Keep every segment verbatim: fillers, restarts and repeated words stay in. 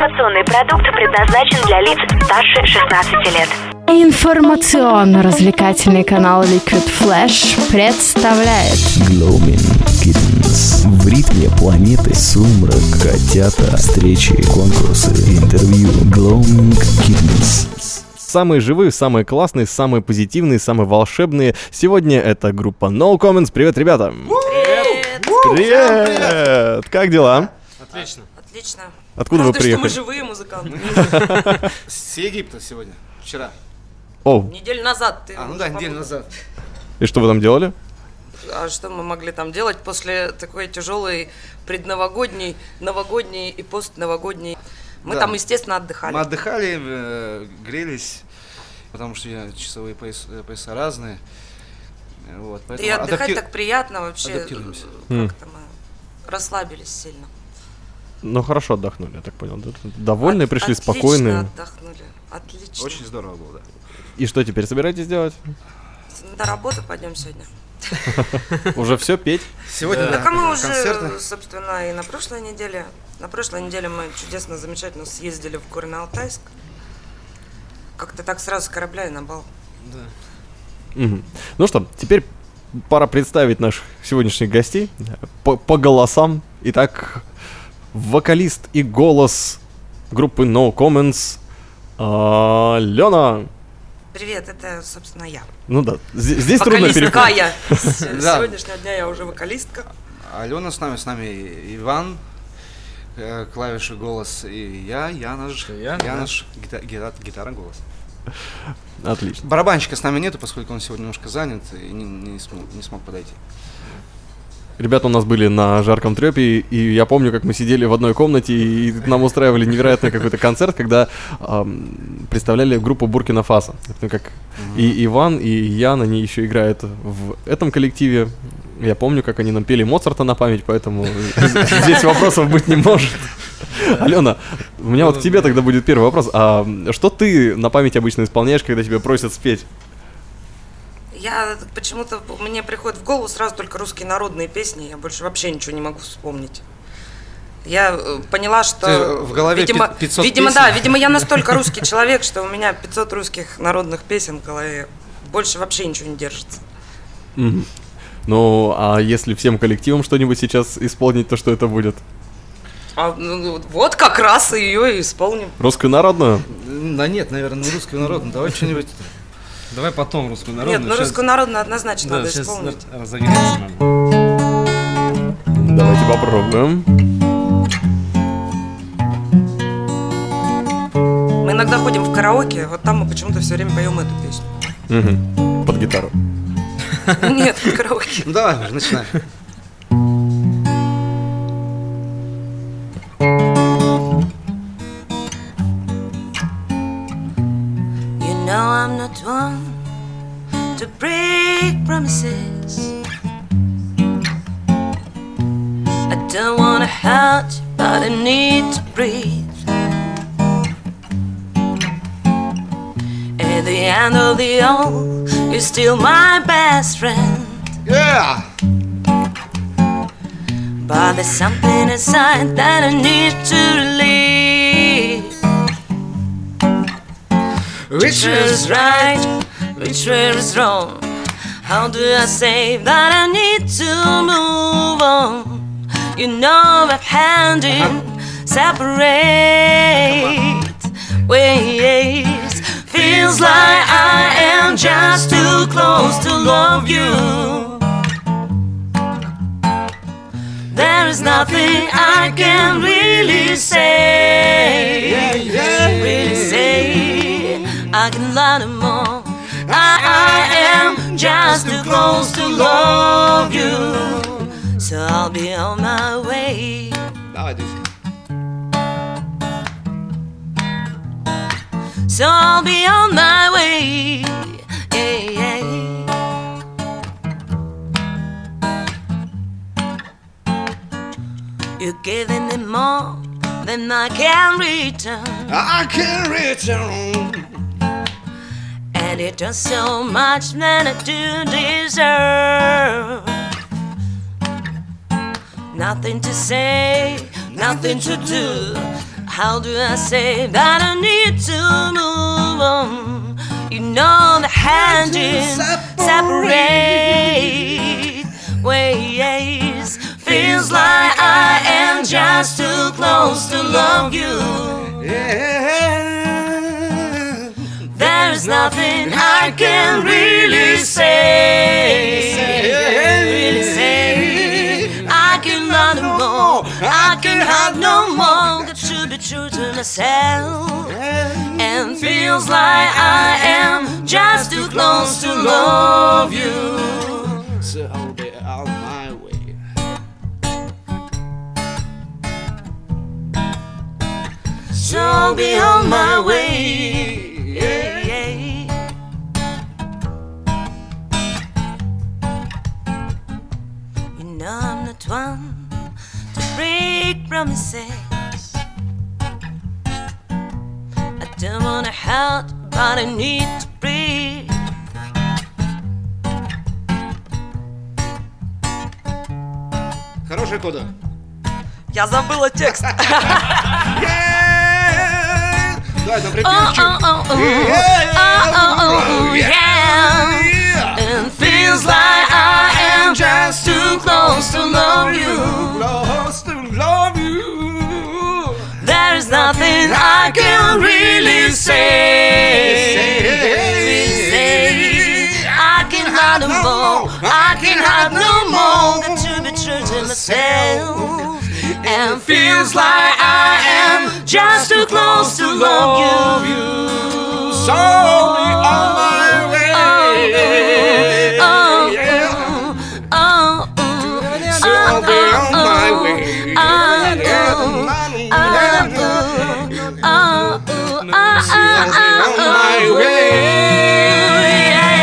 Информационный продукт предназначен для лиц старше шестнадцати лет. Информационно-развлекательный канал Liquid Flash представляет Glowing Kittens. В ритме планеты сумрак, котята, встречи, конкурсы, интервью. Glowing Kittens. Самые живые, самые классные, самые позитивные, самые волшебные. Сегодня это группа No Comments. Привет, ребята! Привет! Привет! Привет! Как дела? Отлично. Отлично. Откуда Правда, вы приехали? что мы живые музыканты. С Египта сегодня, вчера. О, Неделю назад ты. А, ну да, неделю назад. и что вы там делали? А что мы могли там делать после такой тяжелой предновогодней, новогодней и постновогодней? Мы Да. там, естественно, отдыхали. Мы отдыхали, э, грелись, потому что я- часовые пояс- э, пояса разные. Вот, И поэтому отдыхать адапти- так приятно вообще. адаптируемся. Как-то мы расслабились сильно. Ну, хорошо отдохнули, я так понял. да? Довольные, От- пришли, отлично спокойные. отдохнули. Отлично. Очень здорово было, да. И что теперь собираетесь делать? До работы пойдем сегодня. Уже все петь? Сегодня, да, Так а мы уже, концерты. собственно, и на прошлой неделе. На прошлой неделе мы чудесно, замечательно съездили в Горно-Алтайск. Как-то так сразу с корабля и на бал. Мгм. Ну что, теперь пора представить наших сегодняшних гостей по, по голосам. Итак, вокалист и голос группы No Comments Алена. Привет, это, собственно, я. Ну да, здесь, здесь трудно Вокалистка перепутать. я. С Да. сегодняшнего дня я уже вокалистка. Алена с нами, с нами Иван, э, клавиши, голос, и я, Янош, я, Янош, гита- гита- гитара, голос. Отлично. Барабанщика с нами нету, поскольку он сегодня немножко занят и не, не смог, не смог подойти. Ребята у нас были на жарком трёпе, и я помню, как мы сидели в одной комнате, и нам устраивали невероятный какой-то концерт, когда ам, представляли группу Буркина-Фасо. Ну, как и Иван, и Ян, они еще играют в этом коллективе. Я помню, как они нам пели Моцарта на память, поэтому здесь вопросов быть не может. Алена, у меня вот к тебе тогда будет первый вопрос. А что ты на память обычно исполняешь, когда тебя просят спеть? Я почему-то, мне приходит в голову сразу только русские народные песни, я больше вообще ничего не могу вспомнить. Я э, поняла, что... Ты в голове видимо, пи- пятьсот видимо, песен? да, видимо, я настолько русский человек, что у меня пятьсот русских народных песен в голове. Больше вообще ничего не держится. Мгм. Ну, а если всем коллективом что-нибудь сейчас исполнить, то что это будет? А, ну, вот как раз ее и исполним. Русскую народную? Да нет, наверное, не русский народ, давай что-нибудь. Давай потом русскую народную. Нет, ну щас- русскую народную однозначно Да, надо сейчас исполнить. разогреться надо. Давайте попробуем. Мы иногда ходим в караоке, вот там мы почему-то все время поем эту песню. Мгм. Под гитару. Нет, в караоке. Ну давай уже, начинаем. You know I'm not one to break promises. I don't wanna hurt you, but I need to breathe. At the end of the all, you're still my best friend. Yeah! But there's something inside that I need to release. Which way is right, which way is wrong? How do I say that I need to move on? You know I've had in separate ways. Feels like I am just too close to love you. There is nothing I can really say, really say. I can lie more. I, I am just too close to love you, so I'll be on my way. Давай, Дусь. So I'll be on my way. Yeah, yeah. You're giving me more than I can return, I can return. and it does so much that I do deserve. Nothing to say, nothing to do. How do I say that I need to move on? You know the hand is separate ways. Feels like I am just too close to love you. There's nothing I can really say, really say. I cannot no more, I can have no more. Got to be true to myself. And feels like I am just too close to love you. So I'll be on my way. So I'll be on my way. Yeah, yeah. You know I'm not one to break promises. I don't wanna hurt, but I need to breathe. Хорошая кода. Я забыла текст. Давай, на Oh, припевчик. oh, oh, oh. Oh, oh, oh, yeah. And feels like I am just too close to love you. Close to love you. There is nothing I can really say. Really say. I can have no more. I can have no more. Got to be true to myself. And feels like I am just too close to love you. So I'll be on my way. Oh, oh, oh, oh, So I'll be on my way. oh, On my way.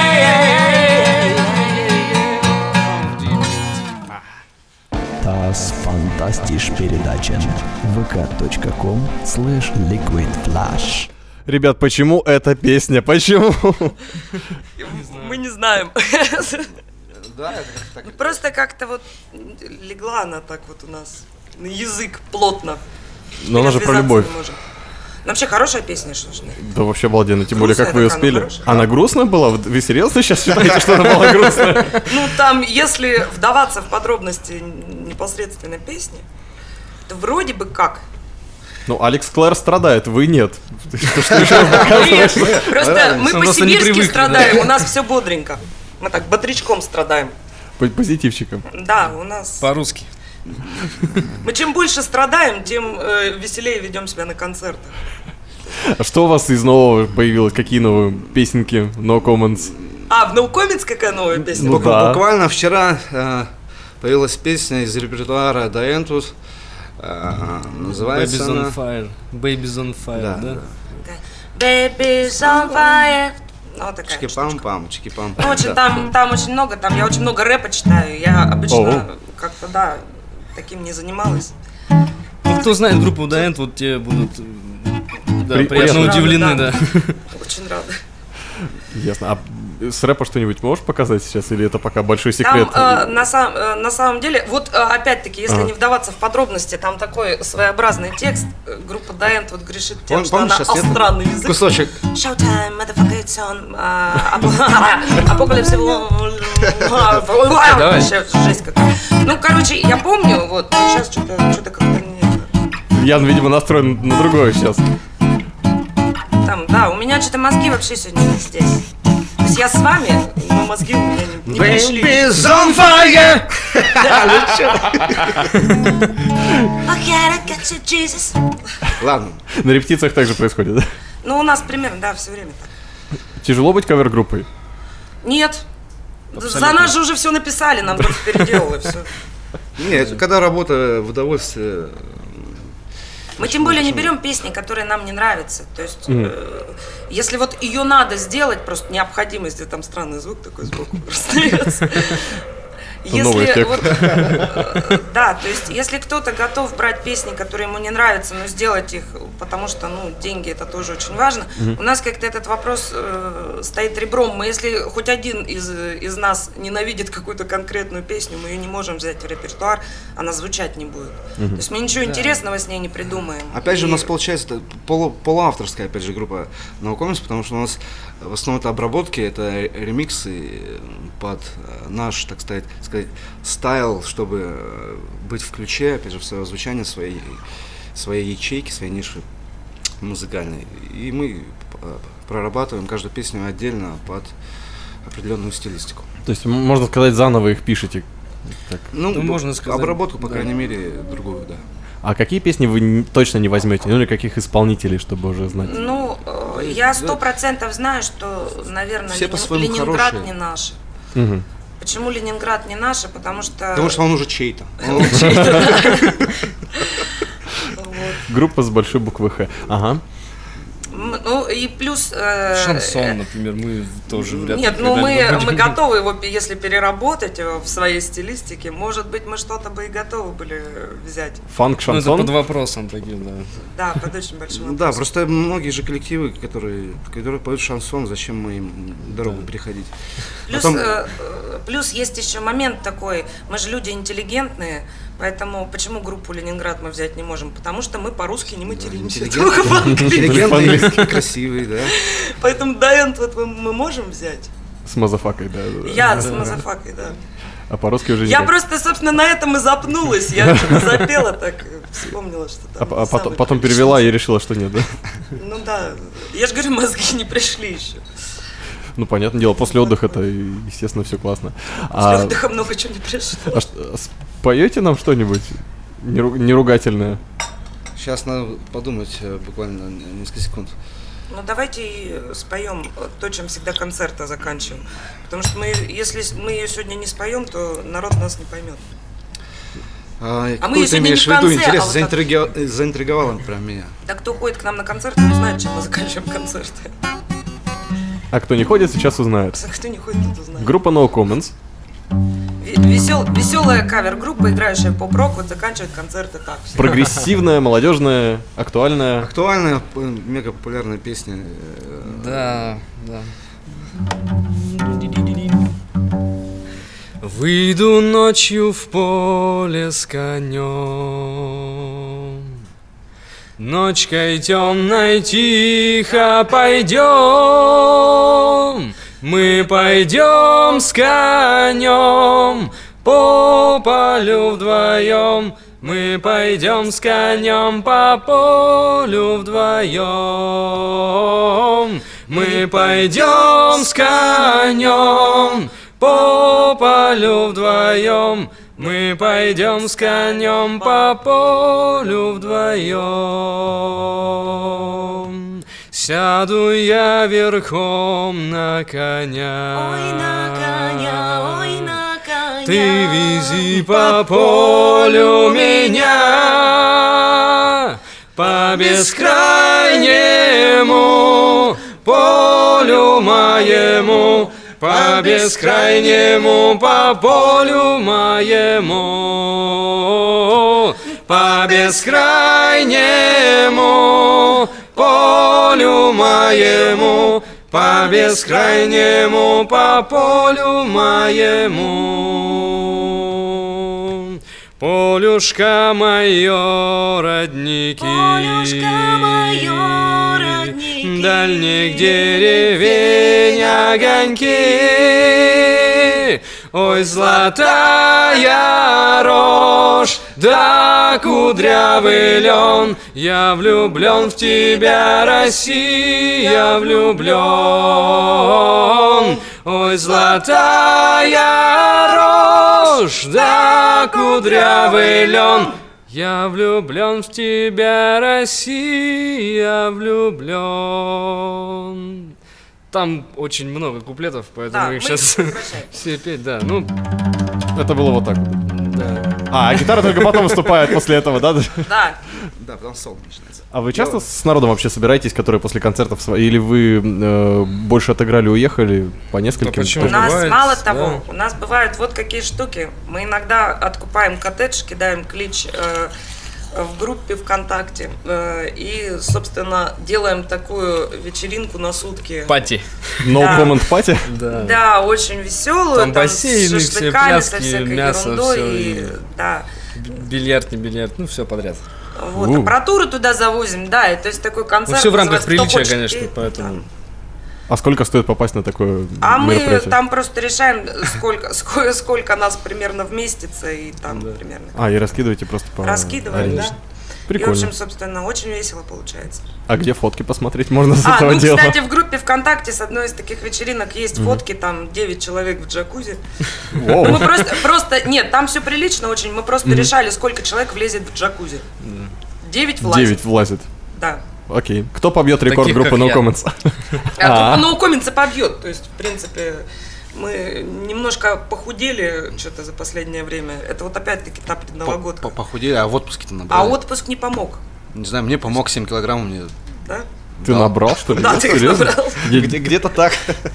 Das Fantastisch передача. vk.com slash liquidflash. Ребят, почему эта песня? Почему? Мы не знаем. Да, это как так. Просто как-то вот легла она так вот у нас на язык плотно. Но она же про Развязаться любовь. не можем. Ну, вообще хорошая песня, что ж. Да вообще обалденно, тем более, как вы ее Грустная спели. такая, ну, Она грустная была? Вы серьезно сейчас считаете, что она была грустная? Ну, там, если вдаваться в подробности непосредственно песни, то вроде бы как. Ну, Алекс Клэр страдает, вы нет. Что еще доказываешь? Просто мы Мы просто не по-сибирски привыкли, страдаем, да. у нас все бодренько. Мы так бодрячком страдаем. Позитивчиком. Да, у нас... По-русски. Мы чем больше страдаем, тем э, веселее ведем себя на концертах. А что у вас из нового появилось? Какие новые песенки? No comments. А, в Наукомец какая новая песня? Ну Бу- да. Буквально вчера э, появилась песня из репертуара Dianthus. Э, называется Baby's она... on fire. Baby's on fire, Да, да? да. Baby's on fire. Ну, вот такая штучка. Чики-пам-пам, чики-пам. Ну, очень, Да. там, там очень много, там я очень много рэпа читаю. Я обычно Оу. как-то, да, таким не занималась. Ну, кто знает группу Diant, вот те будут э, да, При- приятно Очень удивлены, рада, да. Очень рада. Ясно. А с рэпа что-нибудь можешь показать сейчас? Или это пока большой Там, секрет? э, на, сам- э, на самом деле, вот э, опять-таки, если Ага. не вдаваться в подробности, там такой своеообразный текст. Э, Группа Diant вот грешит тем, Пом- что помнишь, она сейчас нет? остранный язык. Кусочек. Showtime, motherfucker, it's on. Апокалипсис. Давай. Вообще жесть какая. Ну, короче, я помню, вот, сейчас что-то что-то как-то не... Ян, видимо, настроен на другое сейчас. Там, да, у меня что-то мозги вообще сегодня не здесь. То есть я с вами, но мозги у меня не, не пришли. Baby's on fire. Okay, I got you, Jesus. Ладно. На репетициях также происходит, да? Ну, у нас примерно, да, все время так. Тяжело быть кавер-группой? Нет. За нас же уже все написали, нам только переделало и все. Нет, когда работа в удовольствие. Мы тем более не берем песни, которые нам не нравятся. То есть, э, если вот ее надо сделать, просто необходимость, где там странный звук такой сбоку остается. новый Если эффект. вот, э, да, то есть если кто-то готов брать песни, которые ему не нравятся, но сделать их, потому что, ну, деньги это тоже очень важно. У нас как-то этот вопрос э, стоит ребром. Мы, если хоть один из, из нас ненавидит какую-то конкретную песню, мы ее не можем взять в репертуар, она звучать не будет. То есть мы ничего интересного с ней не придумаем. Опять же, И- у нас получается это полу, полуавторская, опять же, группа Наукомис, потому что у нас в основном это обработки, это ремиксы под наш, так сказать, сказать стайл, чтобы быть в ключе, опять же, в свое звучание, своей, своей ячейки, своей ниши музыкальной. И мы прорабатываем каждую песню отдельно под определенную стилистику. То есть, м- можно сказать, заново их пишете. Так. Ну, Ну, можно сказать, обработку, по да. крайней мере, другую, да. А какие песни вы н- точно не возьмете? Ну или каких исполнителей, чтобы уже знать? Ну, э, я сто процентов знаю, что, наверное, Все Ленин- по-своему Ленинград хорошие. не наш. Мгм. Почему Ленинград не наш? Потому что... Потому что он уже чей-то. Он- Группа с большой буквы Х. Ага. М, Ну и плюс... э, Шансон, например, мы тоже вряд ли Нет, ну мы, когда-либо мы будем. готовы его, пе- если переработать его в своей стилистике, может быть, мы что-то бы и готовы были взять. Фанк, Ну, это шансон? под вопросом таким, да. Да, под очень большим Да, вопросом. просто многие же коллективы, которые, которые поют шансон, зачем мы им дорогу переходить? Плюс, Потом- э, э, плюс есть еще момент такой, мы же люди интеллигентные, поэтому почему группу Ленинград мы взять не можем? Потому что мы по-русски не материмся, Интеллигент- только по-английски. Интеллигентный, красивый, да. Поэтому Дайан вот мы, мы можем взять. С мазафакой, да. да, да. Я с мазафакой, да. А по-русски уже Я никак. просто, собственно, на этом и запнулась. Я что-то запела так, вспомнила, что А, там. а потом, самый потом такой перевела и решила, что нет, да? Ну да, я же говорю, мозги не пришли еще. Ну, понятное дело, после отдыха-то, естественно, все классно. После А, отдыха много чего не пришло. а что- споете нам что-нибудь неру- неругательное? Сейчас надо подумать э, буквально несколько секунд. Ну давайте и споем то, чем всегда концерты заканчиваем. Потому что мы, если мы ее сегодня не споем, то народ нас не поймет. А, мы какую ты сегодня не имеешь в в виду? конце, Интересно, а вот так. заинтриги- заинтриговала прям меня. Да кто ходит к нам на концерты, не знает, чем мы заканчиваем концерты. А кто не ходит, сейчас узнает. Кто не ходит, тот узнает. Группа No Comments. Весел, веселая кавер-группа, играющая поп-рок, вот заканчивает концерты так. всё. Прогрессивная, молодежная, актуальная. Актуальная, п- мега популярная песня. э, Да, да. Выйду ночью в поле с конем, ночкой темной тихо пойдем, мы пойдем с конем по полю вдвоем, мы пойдем с конем по полю вдвоем, мы пойдем с конем по полю вдвоем, мы пойдем с конем по полю вдвоем. Сяду я верхом на коня. Ой, на коня, ой, на коня. Ты вези по полю меня, по бескрайнему полю моему, по бескрайнему по полю моему, по бескрайнему полю моему, по бескрайнему по полю моему. Полюшка мое, родники, Полюшка мое, родники, дальних деревень огоньки. Ой, золотая рожь, да кудрявый лен, я влюблен в тебя, Россия, влюблен. Ой, золотая рожь, да кудрявый лен, я влюблен в тебя, Россия, влюблен. Там очень много куплетов, поэтому Да, их мы сейчас их прекращаем. все петь, да. Ну, Это было вот так вот. Да. А, а гитара только потом выступает после этого, да? Да. Да, потом соло начинается. А вы часто с народом вообще собираетесь, которые после концертов свои, или вы э, больше отыграли, уехали по нескольким? Да почему? У нас Бывает, мало да. того, у нас бывают вот какие штуки. Мы иногда откупаем коттедж, кидаем клич э, в группе ВКонтакте э, и, собственно, делаем такую вечеринку на сутки. Пати. No Да. comment party? Да. Да, очень веселую. Там бассейны, с все, шашлыками, со пляски, всякой мясо, ерундой. всё, И, и- да. Бильярд, не бильярд, ну все подряд. Вот, У. аппаратуру туда завозим, да, и то есть такой концерт. Ну все в рамках называется «Кто приличия, хочет конечно, петь», поэтому... да. А сколько стоит попасть на такое А мы мероприятие? там просто решаем, сколько, сколько, сколько нас примерно вместится, и там Да. примерно. А, и раскидываете просто по... Раскидываем, да. арене. И, в Прикольно. общем, собственно, очень весело получается. А где фотки посмотреть можно с А, этого ну, дела? кстати, в группе ВКонтакте с одной из таких вечеринок есть фотки, там девять человек в джакузи. Воу. Ну, мы просто, просто, нет, там все прилично очень, мы просто решали, сколько человек влезет в джакузи. Девять влазит. Девять влазит. Да. Окей. Кто побьет рекорд Таких, группы как No я. Comments? А группа No Comments побьет. То есть, в принципе, мы немножко похудели что-то за последнее время. Это вот опять-таки та предновогодка. По- Похудели, а в отпуске-то набрали. А отпуск не помог, Не знаю, мне помог семь килограмм, мне... да? Ты Да. набрал, что ли? Да, ты их Серьезно? набрал. Где- Где- Где-то так.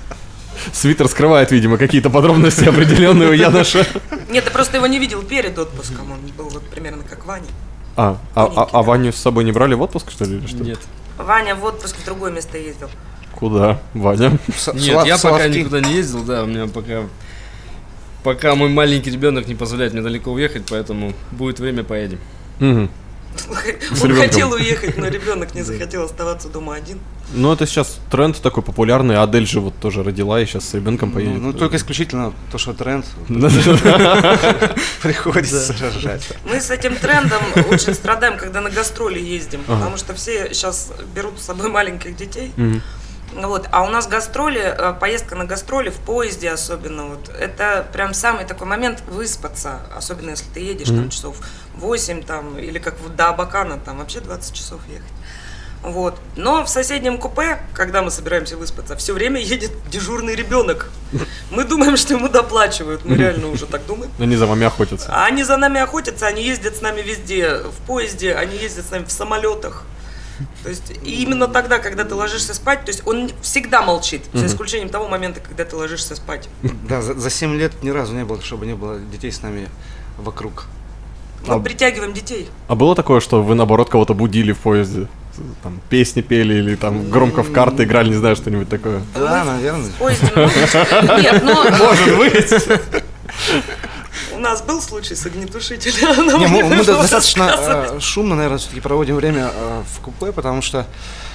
Свитер скрывает, видимо, какие-то подробности определенные у Яноша. Нет, ты просто его не видел перед отпуском. Он был вот примерно как Ваня. А, а, а, а Ваню с собой не брали в отпуск, что ли? Или что? Нет. Ваня в отпуск в другое место ездил. Куда? Ваня? С- Нет, Солов- я пока Соловки. никуда не ездил, да, у меня пока... Пока мой маленький ребенок не позволяет мне далеко уехать, поэтому будет время, поедем. Мгм. Он ребенком. хотел уехать, но ребенок не захотел оставаться дома один. Ну, это сейчас тренд такой популярный. Адель же вот тоже родила и сейчас с ребенком Ну, поедет. ну, только исключительно то, что тренд, Да-да-да. приходится рожать. Мы с этим трендом очень страдаем, когда на гастроли ездим, потому что все сейчас берут с собой маленьких детей. Мгм. Вот. А у нас гастроли, э, поездка на гастроли в поезде особенно, вот, это прям самый такой момент выспаться, особенно если ты едешь там часов восемь там, или как вот до Абакана, там вообще двадцать часов ехать. Вот. Но в соседнем купе, когда мы собираемся выспаться, все время едет дежурный ребенок. Мы думаем, что ему доплачивают, мы реально уже так думаем. Они за вами охотятся. А они за нами охотятся, они ездят с нами везде, в поезде, они ездят с нами в самолетах. То есть и именно тогда, когда ты ложишься спать, то есть он всегда молчит, за исключением того момента, когда ты ложишься спать. Да, за, за семь лет ни разу не было, чтобы не было детей с нами вокруг. Мы притягиваем детей. А было такое, что вы, наоборот, кого-то будили в поезде? Там песни пели или там громко в карты играли, не знаю, что-нибудь такое. Да, наверное. В поезде много. Нет, но Может быть. у нас был случай с огнетушителем. нам Не, мы, мы пришлось достаточно рассказывать. э, шумно, наверное, все-таки проводим время э, в купе, потому что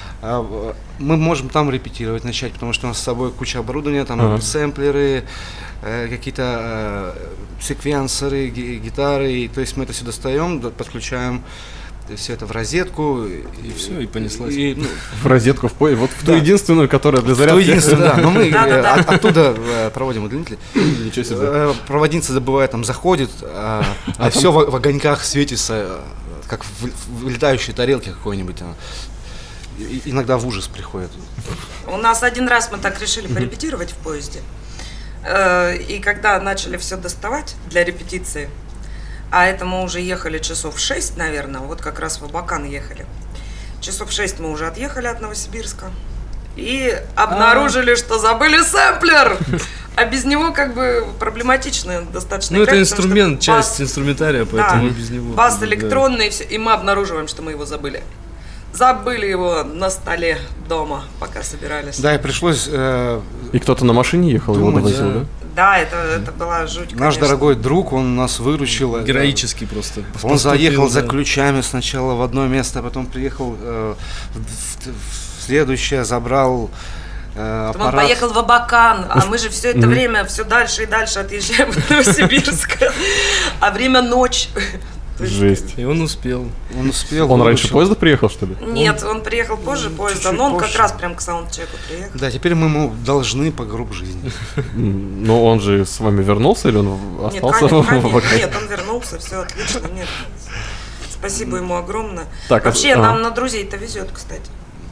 э, мы можем там репетировать начать, потому что у нас с собой куча оборудования, там Ага. сэмплеры, э, какие-то э, секвенсоры, ги- гитары, и, то есть мы это все достаем, да, подключаем все это в розетку. И, И всё, и понеслась. и, ну, В розетку в поезд. Вот в ту Да. единственную, которая для то зарядки. единственное, да, но мы э, Да-да-да. от- оттуда э, проводим удлинитель. Ничего себе. Э, Проводница забывает, там заходит, а, А все в, в огоньках светится, э, как в, в летающей тарелке какой-нибудь. а. И- и- иногда в ужас приходит. У нас один раз мы так решили порепетировать в поезде. Э, И когда начали все доставать для репетиции, а это мы уже ехали часов шесть, наверное, вот как раз в Абакан ехали. Часов шесть мы уже отъехали от Новосибирска. И обнаружили, что забыли сэмплер. А без него как бы проблематично достаточно. Ну, это играть, потому что инструмент, бас- часть инструментария, поэтому Да, без него... бас как бы, да. электронный, и, всё, и мы обнаруживаем, что мы его забыли. Забыли его на столе дома, пока собирались. Да, и пришлось э, И кто-то на машине ехал, его Думать, довозил, да. да? Да, это, это была жуть, наш конечно. дорогой друг, он нас выручил. э, Героически просто. Он поступил, заехал за да. ключами сначала в одно место, а потом приехал э, в, в- в следующее, забрал э, Потом он аппарат. поехал в Абакан, а мы же все это время все дальше и дальше отъезжаем от Новосибирска. А время ночь. То есть- Жесть. И он успел. Он успел. Он раньше выручил. поезда приехал, что ли? Нет, он приехал позже поезда, чуть-чуть но он как позже. раз прям к саундчеку приехал. Да, теперь мы ему должны по гроб жизни. М, Ну, он же с вами вернулся или он в- Нет, остался конечно, в конечно. Абакане? Нет, он вернулся, все отлично. Нет. Спасибо ему огромное. Так, а- Вообще, ага. нам на друзей-то везет, кстати.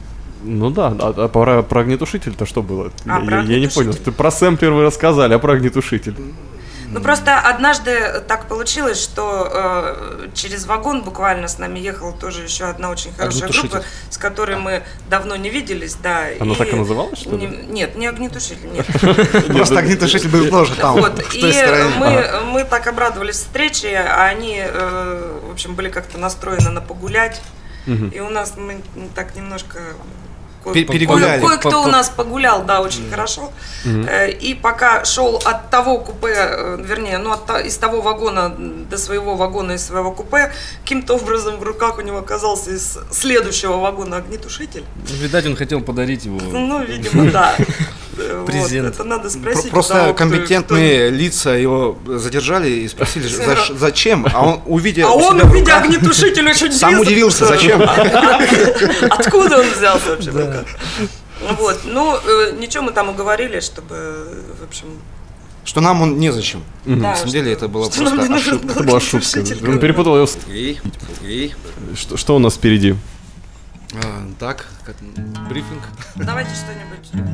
Ну да, а, а про, про огнетушитель-то что было? А, я, про я- я не понял. огнетушитель. Ты про сэмплер вы рассказали, а про огнетушитель? Ну просто однажды так получилось, что э, через вагон буквально с нами ехала тоже еще одна очень хорошая группа, с которой мы давно не виделись, да. Она и так и называлась, что ли? Не, нет, не огнетушитель, нет. Просто огнетушитель был тоже там, Вот, в и той стороне. мы, мы так обрадовались встрече, а они, э, в общем, были как-то настроены на погулять. И у нас мы так немножко... Пе- перегуляли. Кое-кто у нас погулял, да, очень хорошо. Э, И пока шел от того купе, э, вернее, ну, от, то- из того вагона до своего вагона, из своего купе, каким-то образом в руках у него оказался из следующего вагона огнетушитель. Видать, он хотел подарить его. Ну, видимо, да. Вот, Презент. это надо Про- спросить. у Просто того, кто- компетентные лица его задержали и спросили, за- зачем, а он увидел А у он, себя в увидя руках, огнетушитель, очень сам близко. удивился, зачем. Откуда он взялся вообще? в руках? Вот, ну, э, ничего, мы там уговорили, чтобы, в общем... Что нам он незачем. Да, На самом деле что- это была что нам не просто нужен ошибка. Это была ошибка. огнетушитель. Он перепутал его. с- И, и, Что, что у нас впереди? а, так, как- брифинг. Давайте что-нибудь...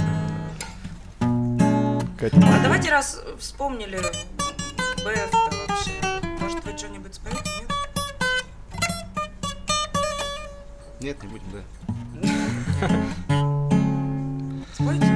Катя. А давайте, раз вспомнили БФ-то вообще, может, вы что-нибудь споете, нет? Нет, не будем, да. Спойте?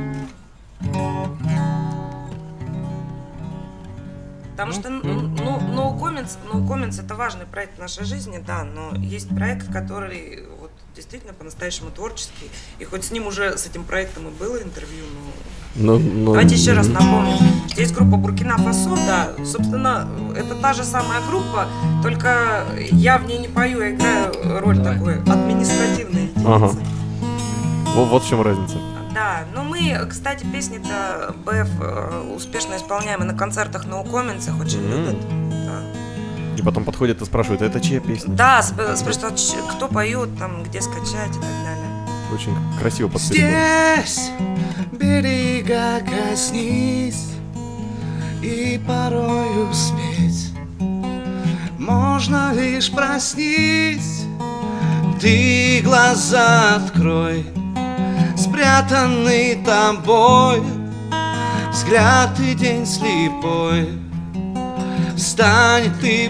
Потому что, ну, ну, No Comments, No Comments это важный проект в нашей жизни, да, но есть проект, который вот действительно по-настоящему творческий, и хоть с ним уже, с этим проектом и было интервью, но... Ну, ну, Давайте еще раз мгм. напомним. Здесь группа Буркина Фасо, да, собственно, это та же самая группа, только я в ней не пою, я играю роль такой административной единицы. Ага. Вот, вот в чем разница. Да, но мы, кстати, песни-то БФ э, успешно исполняем и на концертах No Comments, их очень М. любят. Да, И потом подходит и спрашивает, это чья песня? да сп- спрашивают, а ч- кто поет, там, где скачать и так далее. Очень красиво подстерегли. Здесь берега коснись, и порой успеть можно лишь проснись. Ты глаза открой, спрятанный тобой, взгляд и день слепой. Встань, ты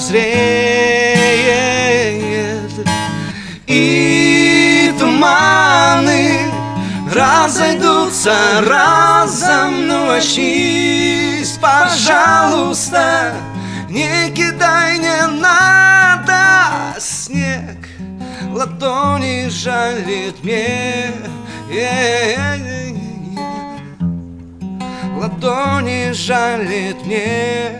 прозреет, и туманы разойдутся разом. Ну очнись, пожалуйста, не кидай, не надо. Снег ладони жалит мне, ладони жалит мне.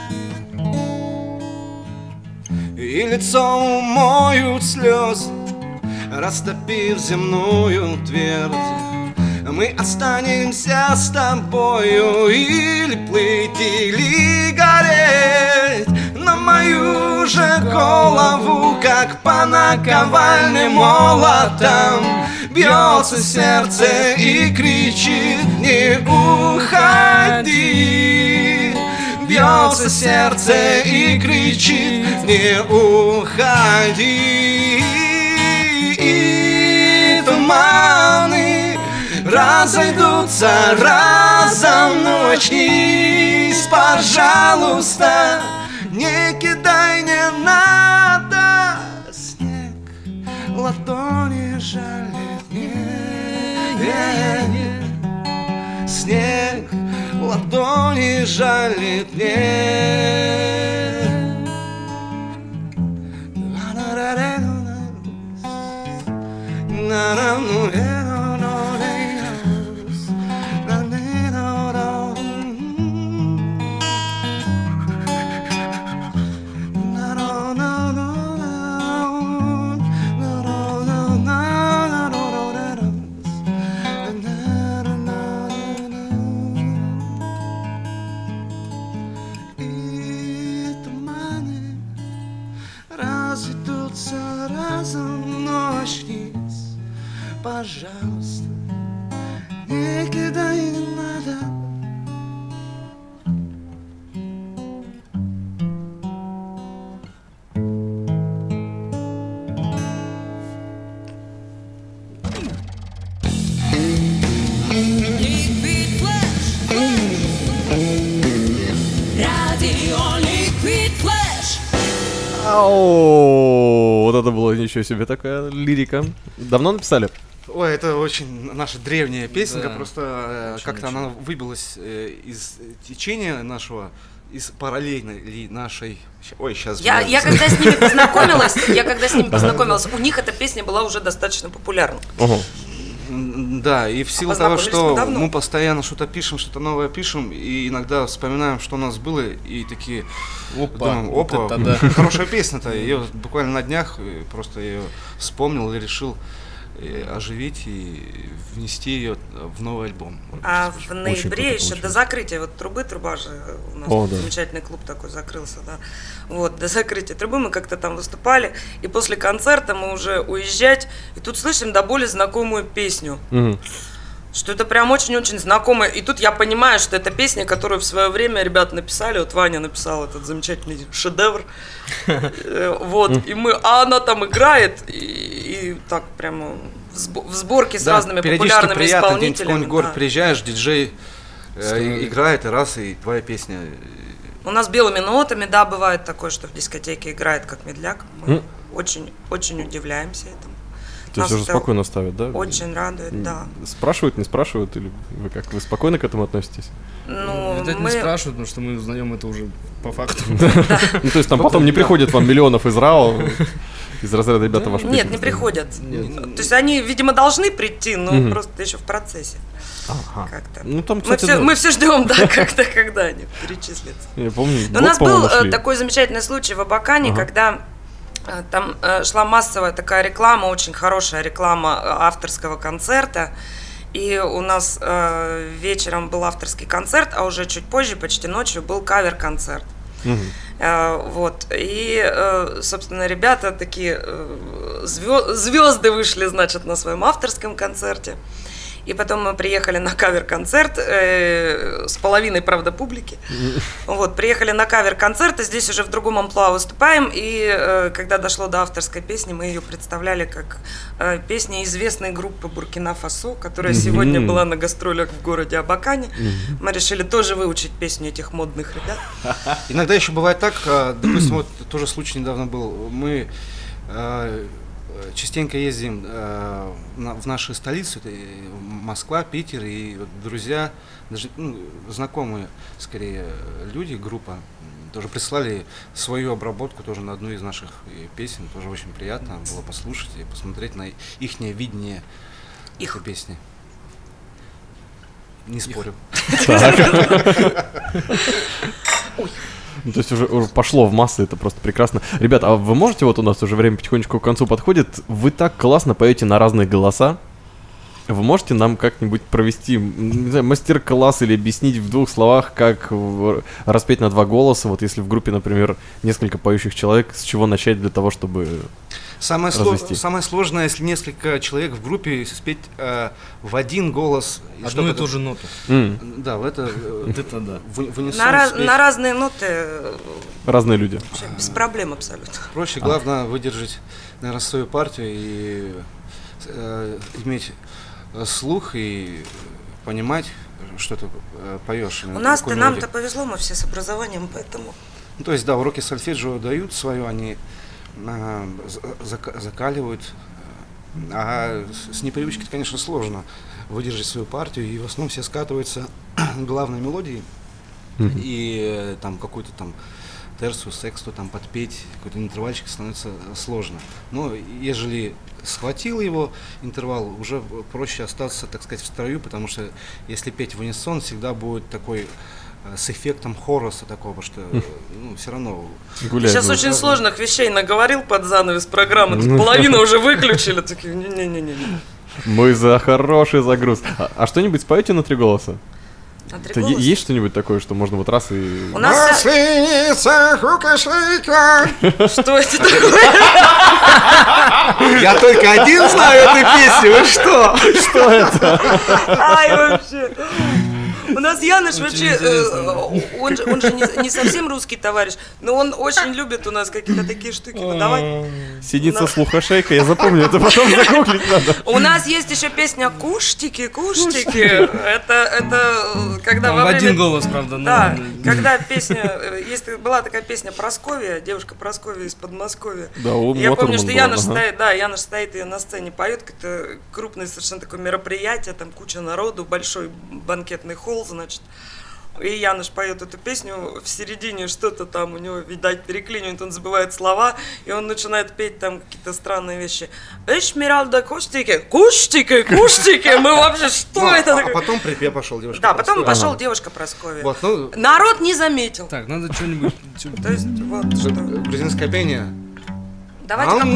И лицо умоют слезы, растопив земную твердь. Мы останемся с тобою, или плыть, или гореть. На мою же голову, как по наковальным молотам, бьется сердце и кричит: не уходи. Бьется сердце и кричит: не уходи. И туманы разойдутся разом. Ну очнись, пожалуйста, не кидай, не надо. Снег ладони жалит мне, снег ладони жалит мне. И туманы разойдутся разом. Ночь вниз, пожалуйста, не кидай, не надо. Вау! Вот это было ничего себе такая лирика. Давно написали? Ой, это очень наша древняя песенка, Да. просто э, Очень, как-то очень. она выбилась э, из течения нашего, из параллельной нашей... щ- Ой, сейчас... Я, я когда с ними познакомилась, я когда с ними познакомилась, у них эта песня была уже достаточно популярна. Ого. Да, и в силу того, познакомились что мы давно. мы постоянно что-то пишем, что-то новое пишем, и иногда вспоминаем, что у нас было, и такие Опа, думаем, вот опа, это да. хорошая песня-то, ее буквально на днях э, просто ее вспомнил и решил э, оживить и внести ее в новый альбом. А в круто ноябре еще получилось. до закрытия, вот трубы, труба же, у нас О, да. замечательный клуб такой закрылся, да. Вот, до закрытия трубы мы как-то там выступали, и после концерта мы уже уезжать, и тут слышим до боли знакомую песню. Мгм. Что это прям очень-очень знакомая. И тут я понимаю, что это песня, которую в свое время ребята написали. Вот Ваня написал этот замечательный шедевр. Э, Вот, и мы, а она там играет, и, и так прямо в сбо- в сборке с Да, разными периодически популярными приятно, где-нибудь в исполнителями. какой-нибудь город да. приезжаешь, диджей э, Ставит. играет, и раз, и твоя песня. У нас белыми нотами, да, бывает такое, что в дискотеке играет как медляк. Мы М. очень, очень удивляемся этому. То есть Нас уже это спокойно ставят, да? Очень радует, да. Спрашивают, не спрашивают, или вы как, вы спокойно к этому относитесь? Ну, Видать, мы... не спрашивают, потому что мы узнаем это уже по факту. Ну, то есть там потом не приходит вам миллионов из РАО, из разряда ребята ваши Нет, не приходят. То есть они, видимо, должны прийти, но Мгм. просто еще в процессе. Как-то. Ну, там, Мы кстати, все, да. мы все ждем, да, когда, когда они перечислятся. Я помню, Но у год, нас был по-моему, э, шли. такой замечательный случай в Абакане, Ага. когда э, там э, шла массовая такая реклама, очень хорошая реклама э, авторского концерта. И у нас э, вечером был авторский концерт, а уже чуть позже, почти ночью, был кавер-концерт. Мгм. Э, Вот. И, э, собственно, ребята такие э, звё- звезды вышли, значит, на своем авторском концерте. И потом мы приехали на кавер-концерт э, с половиной, правда, публики. Вот, приехали на кавер-концерт, и здесь уже в другом амплуа выступаем. И э, когда дошло до авторской песни, мы ее представляли как э, песня известной группы Буркина-Фасо, которая сегодня была на гастролях в городе Абакане. Мы решили тоже выучить песню этих модных ребят. Иногда еще бывает так, а, допустим, вот тоже случай недавно был, мы а, частенько ездим а, на- в наши столицы, это и Москва, Питер, и вот друзья, даже ну, знакомые, скорее, люди, группа, м, тоже прислали свою обработку тоже на одну из наших э, песен, тоже очень приятно было послушать и посмотреть на ихнее видение Их. этой песни. Не спорю. Ну, то есть уже, уже пошло в массы, это просто прекрасно. Ребята, а вы можете, вот у нас уже время потихонечку к концу подходит, вы так классно поете на разные голоса. Вы можете нам как-нибудь провести, м, не знаю, мастер-класс или объяснить в двух словах, как в- распеть на два голоса, вот если в группе, например, несколько поющих человек, с чего начать для того, чтобы... Самое, сло- развести. самое сложное, если несколько человек в группе спеть э, в один голос. и Одну чтобы и это- ту же ноту. М, Да, в это э, Вот это да. в, в унисон На, раз- спеть. на разные ноты э, разные люди. вообще без проблем абсолютно. Проще, главное выдержать, наверное, свою партию и э, иметь э, слух и понимать, что ты э, поешь. У нас-то нам-то повезло, мы все с образованием, поэтому... Ну, то есть, да, уроки сольфеджио дают свое, они э, за- зака- закаливают, э, а с, с непривычки, конечно, сложно выдержать свою партию, и в основном все скатываются к главной мелодии, Мгм. и э, там какую-то там терцию, сексту там подпеть, какой-то интервальчик становится э, сложно. Но ежели схватил его интервал, уже проще остаться, так сказать, в строю, потому что если петь в унисон, всегда будет такой э, с эффектом хороса такого, что э, ну, все равно Гулять Сейчас будут. очень сложных вещей наговорил под занавес программы, тут половину уже выключили, такие, не-не-не. Мы за хороший загруз. А, а что-нибудь споете на три голоса? А три Это е- голоса? есть что-нибудь такое, что можно вот раз и... У нас вся- Масленица, хукашейка. Что это такое? Я только один знаю эту песню, вы что? Что это? Ай, вообще. У нас Яныш вообще, э, он же, он же не, не совсем русский товарищ, но он очень любит у нас какие-то такие штуки выдавать. Сидит со слухошейкой, я запомню, это потом загуглить надо. У нас есть еще песня «Куштики, куштики». Это, это когда во в время... один голос, правда. Да, когда песня, есть, была такая песня Прасковья, девушка Прасковья из Подмосковья. Да, у Я помню, Моторман что был, Яныш ага. стоит, да, Яныш стоит и на сцене поет, какое-то крупное совершенно такое мероприятие, там куча народу, большой банкетный холл, значит. И Яныш поет эту песню, в середине что-то там у него, видать, переклинивает, он забывает слова, и он начинает петь там какие-то странные вещи. Эшмеральда куштики, куштики, куштики, мы вообще, что Ну, это а, такое? а потом припев пошел девушка. Да, потом Прасковья. пошел Ага. девушка Прасковья. Вот, ну, Народ не заметил. Так, надо что-нибудь... То есть, вот что. грузинское пение. Давайте какой-то...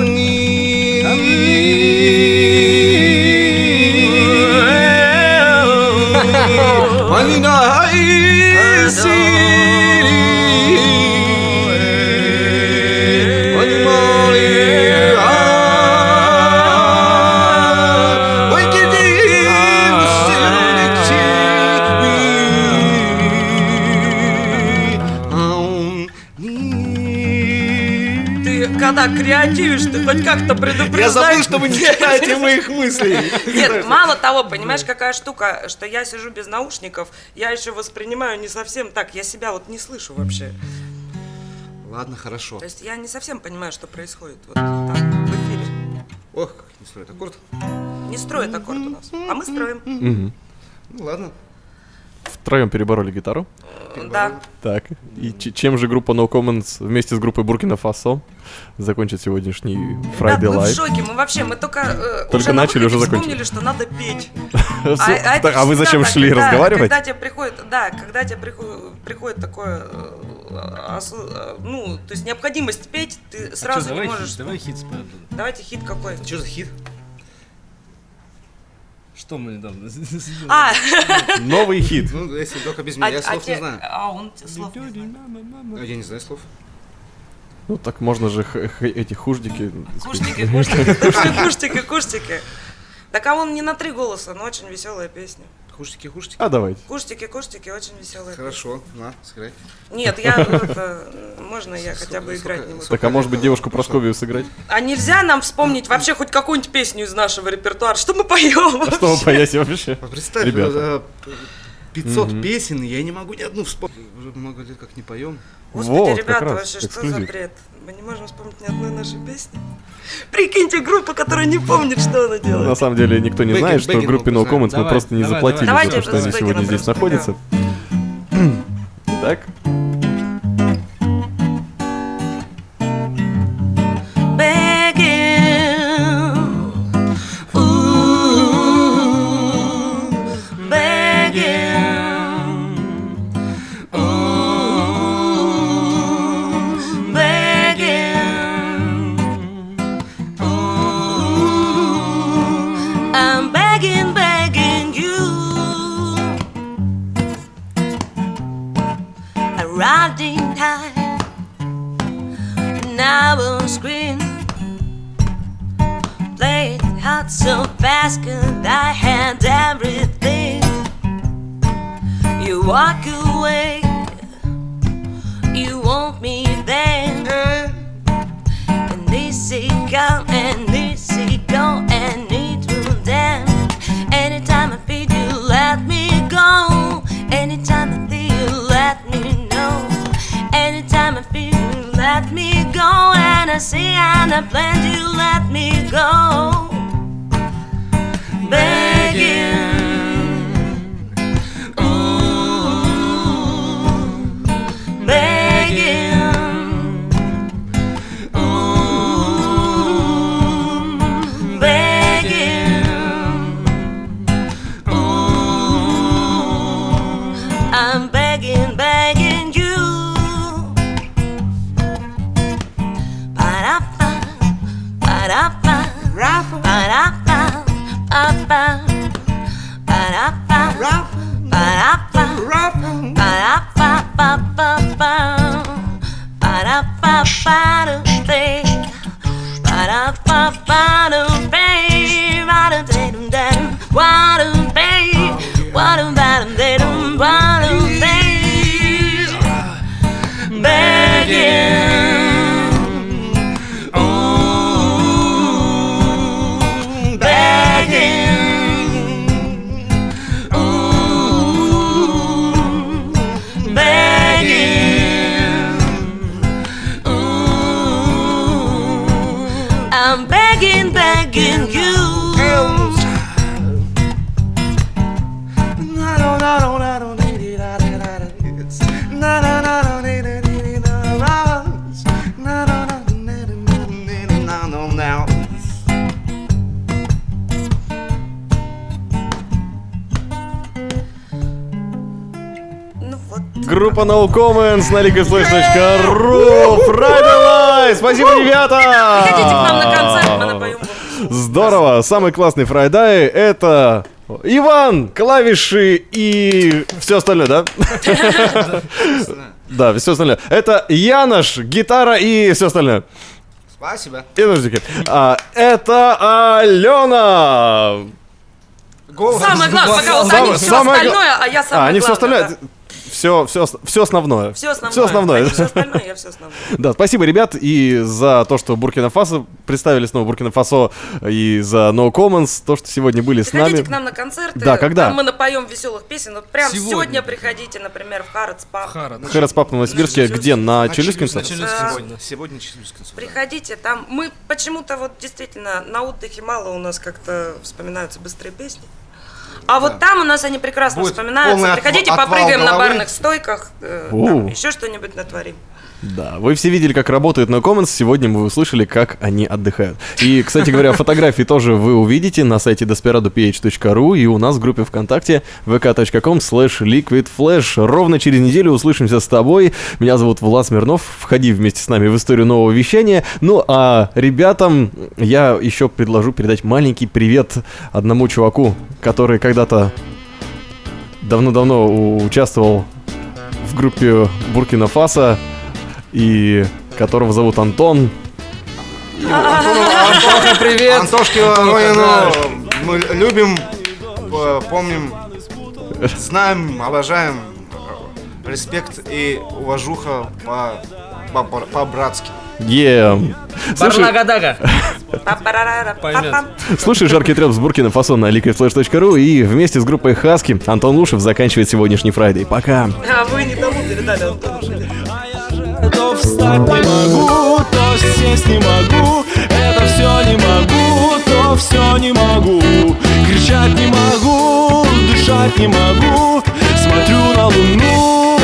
Ты когда креативишь, ты хоть как-то предупреждаешь. Я забыл, что вы не читаете моих мыслей. Нет, мало того, понимаешь, какая штука, что я сижу без наушников, я еще воспринимаю не совсем так, я себя вот не слышу вообще. Ладно, хорошо. То есть я не совсем понимаю, что происходит вот там, в эфире. Ох, как не строит аккорд. Не строит аккорд у нас, а мы строим. Мгм. Ну ладно. Втроем перебороли гитару. Да. Так, и ч- чем же группа No Comments вместе с группой Буркина Фасо закончит сегодняшний Friday Ребят, мы в Live? шоке, мы вообще, мы только, э, Только уже на начали, выходе уже закончили. вспомнили, что надо петь. Так, это а вы всегда зачем так, шли когда- разговаривать? Когда тебе приходит, да, когда тебе приходит, приходит такое, э, осо- э, ну, то есть необходимость петь, ты сразу Чё, давай не можешь. хит, давай хит споем. Давайте хит какой. Что за хит? Что мы недавно сделали? А, Новый хит. Ну, если только без меня, я а слов те- не знаю. а он те- слов не знает. А я не знаю слов. Ну так можно же х- х- эти хуждики. Куштики, куштики, куштики, куштики, куштики. Так а он не на три голоса, но очень веселая песня. Хуштики, хуштики. А давайте. Куштики, куштики, очень веселая песня. Хорошо, на, сыграй. Нет, я, это, можно я хотя бы Сколько- играть не буду. Так а может быть девушку Прасковью сыграть? А нельзя нам вспомнить вообще хоть какую-нибудь песню из нашего репертуара? Что мы поем А что вы вообще? поете вообще? А представь, Ребята. э, пятьсот Мгм. песен, и я не могу ни одну вспомнить. Уже много лет как не поем. Господи, Вот, как ребята, раз, вообще, что эксклюзив. за бред? Мы не можем вспомнить ни одной нашей песни. Прикиньте, группа, которая не помнит, что она На делает. самом деле никто не Бэггин- знает, что Бэггин группе No мог бы Comments мы знать. просто не Давай, заплатили давай. за то, что Давайте они с сегодня Бэггином здесь просто находятся. Итак, Begging, ooh, begging, ooh, begging, ooh, I'm begging, begging you. I riding high, now on screen. Played hard so fast, 'cause I had everything. You walk away, you want me then. And easy come and easy go, and it will then. Anytime I feel you, let me go. Anytime I feel you, let me know. Anytime I feel you, let me go. And I see and I plan you, let me go. Begging, ooh, begging, ooh, begging, ooh, I'm begging, begging you. Ba-da-ba, ba-da-ba, ba-da-ba, ba-da-ba, ba-da-ba, ba-da-ba, ba-da-ba, ba-ba-ba-ba, ba-da-ba-ba-da-day, ba-da-ba-ba-da-day, ba-da-da-dum-dum, wa-dum-day, wa-dum-ba-dum-day-dum, wa Группа No Comments на liquid flash точка ru. Friday Live! Спасибо, ребята! Приходите к нам на концерт, мы напоем. Здорово! Самый классный Friday — это Иван, клавиши и все остальное, да? Да, все остальное. Это Янош, гитара и все остальное. Спасибо. И ножники. А, это Алена. Самое главное, пока вот они все остальное, а я самое главное. А, они все остальное. Все, все, все основное. Все основное. Все основное. Все остальное, я все основное. Да, спасибо, ребят, и за то, что Буркина-Фасо представили снова Буркина-Фасо, и за No Comments, то, что сегодня были с нами. Приходите к нам на концерты. Да, когда? Там мы напоем веселых песен. Вот прям Сегодня. сегодня приходите, например, в Харатс Паб. Харатс Паб на Новосибирске, где? На Челюскинце? На Челюскинце. Сегодня Челюскинце. Приходите, там мы почему-то вот действительно на отдыхе мало у нас как-то вспоминаются быстрые песни. А вот там у нас они прекрасно Будет вспоминаются. полный Приходите, отвал попрыгаем на головы. барных стойках, э, Оу. там еще что-нибудь натворим. Да, вы все видели, как работает No Comments, сегодня вы услышали, как они отдыхают. И, кстати говоря, фотографии тоже вы увидите на сайте desperado пи эйч точка ру и у нас в группе ВКонтакте vk.com slash liquidflash. Ровно через неделю услышимся с тобой. Меня зовут Влад Смирнов, входи вместе с нами в историю нового вещания. Ну, а ребятам я еще предложу передать маленький привет одному чуваку, который когда-то давно-давно участвовал в группе Буркина-Фасо, и которого зовут Антон. Антоха, привет! Антошке Воронину мы любим, п- помним, знаем, обожаем. Респект и уважуха по- по- по- по-братски. Yeah. Слушай, Барнагадага. Па-па-ра-ра-па-пам. слушай жаркий треп с Буркина-Фасо на liquid flash точка ру и вместе с группой Хаски Антон Лушев заканчивает сегодняшний Friday. Пока! А вы не тому передали Антону. То встать не могу, то сесть не могу, это все не могу, то все не могу, кричать не могу, дышать не могу, смотрю на луну.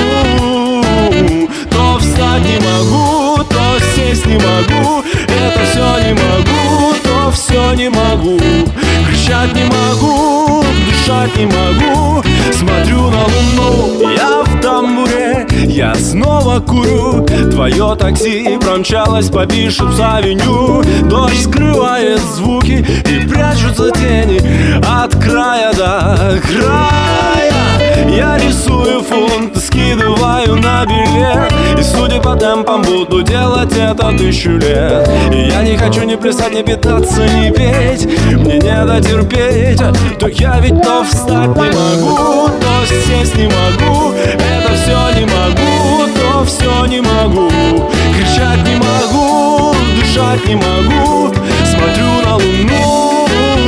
То встать не могу, то сесть не могу, это все не могу, то все не могу, кричать не могу, дышать не могу, смотрю на луну. Я в тамбуре, я снова курю, твое такси промчалось по Бишопс-авеню. Дождь скрывает звуки и прячутся тени от края до края. Я рисую фунт, скидываю на билет, и судя по темпам буду делать это тысячу лет. И я не хочу ни плясать, ни питаться, ни петь, мне не дотерпеть. То я ведь то встать не могу, то сесть не могу, это все не могу, то все не могу, кричать не могу, дышать не могу, смотрю на луну.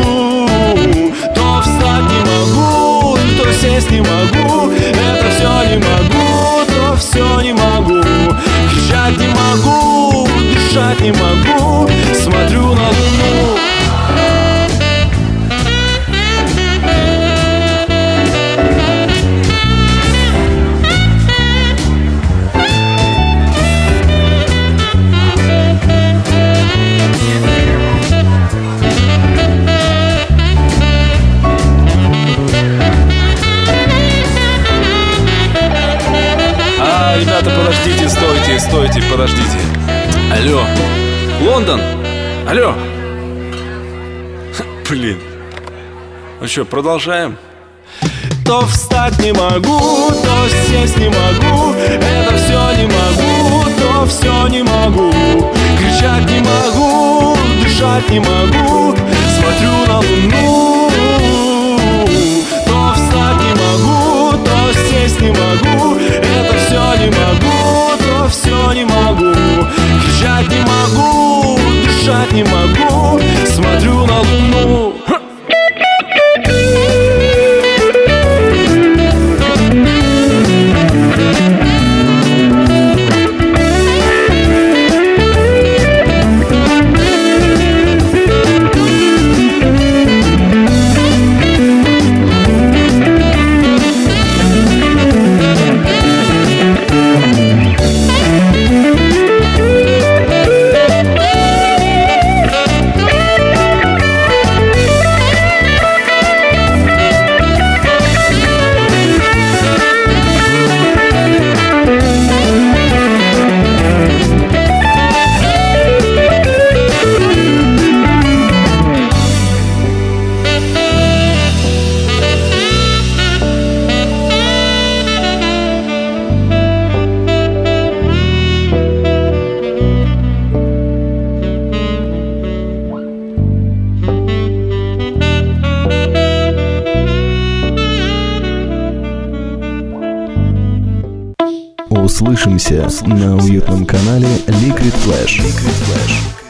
То встать не могу, то сесть не могу, это все не могу, то все не могу, кричать не могу, дышать не могу, смотрю на луну. А, ребята, подождите, стойте, стойте, подождите. Алло, Лондон, алло. Ха, блин. Ну что, продолжаем? То встать не могу, то сесть не могу, это все не могу, то все не могу, кричать не могу, дышать не могу, смотрю на луну. То встать не могу, то сесть не могу, это все не могу, то все не могу, кричать не могу, дышать не могу, смотрю на луну. Услышимся на уютном канале Liquid Flash. Liquid Flash.